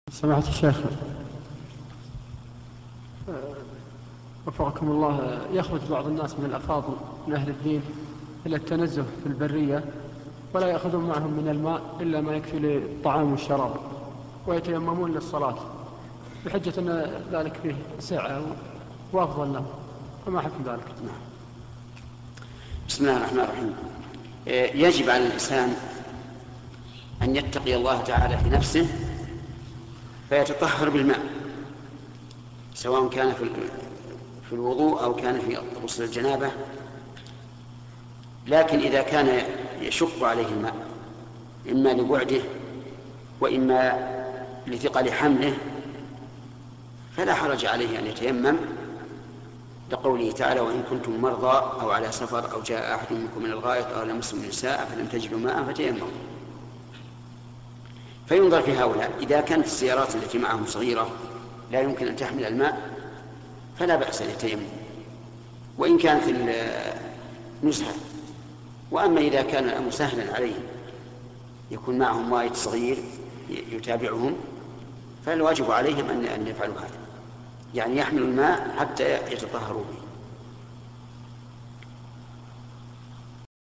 سماحة الشيخ، وفقكم الله، يخرج بعض الناس من الأفاضل من أهل الدين إلى التنزه في البرية ولا يأخذون معهم من الماء إلا ما يكفي للطعام والشراب، ويتيممون للصلاة بحجة أن ذلك فيه سعة وأفضل لهم، فما حكم ذلك؟ بسم الله الرحمن الرحيم. يجب على الإنسان أن يتقي الله تعالى في نفسه فيتطهر بالماء، سواء كان في الوضوء أو كان في غسل الجنابة. لكن إذا كان يشق عليه الماء إما لبعده وإما لثقل حمله فلا حرج عليه أن يتيمم، لقوله تعالى: وإن كنتم مرضى أو على سفر أو جاء أحد منكم من الغائط أو لمستم النساء فلم تجدوا ماء فتيمموا. فينظر في هؤلاء، إذا كانت السيارات التي معهم صغيرة لا يمكن أن تحمل الماء فلا بأس يتيمم وإن كانت نزهة. وأما إذا كان الأمر سهلا عليهم يكون معهم وايد صغير يتابعهم فالواجب عليهم أن يفعلوا هذا، يعني يحملوا الماء حتى يتطهروا به.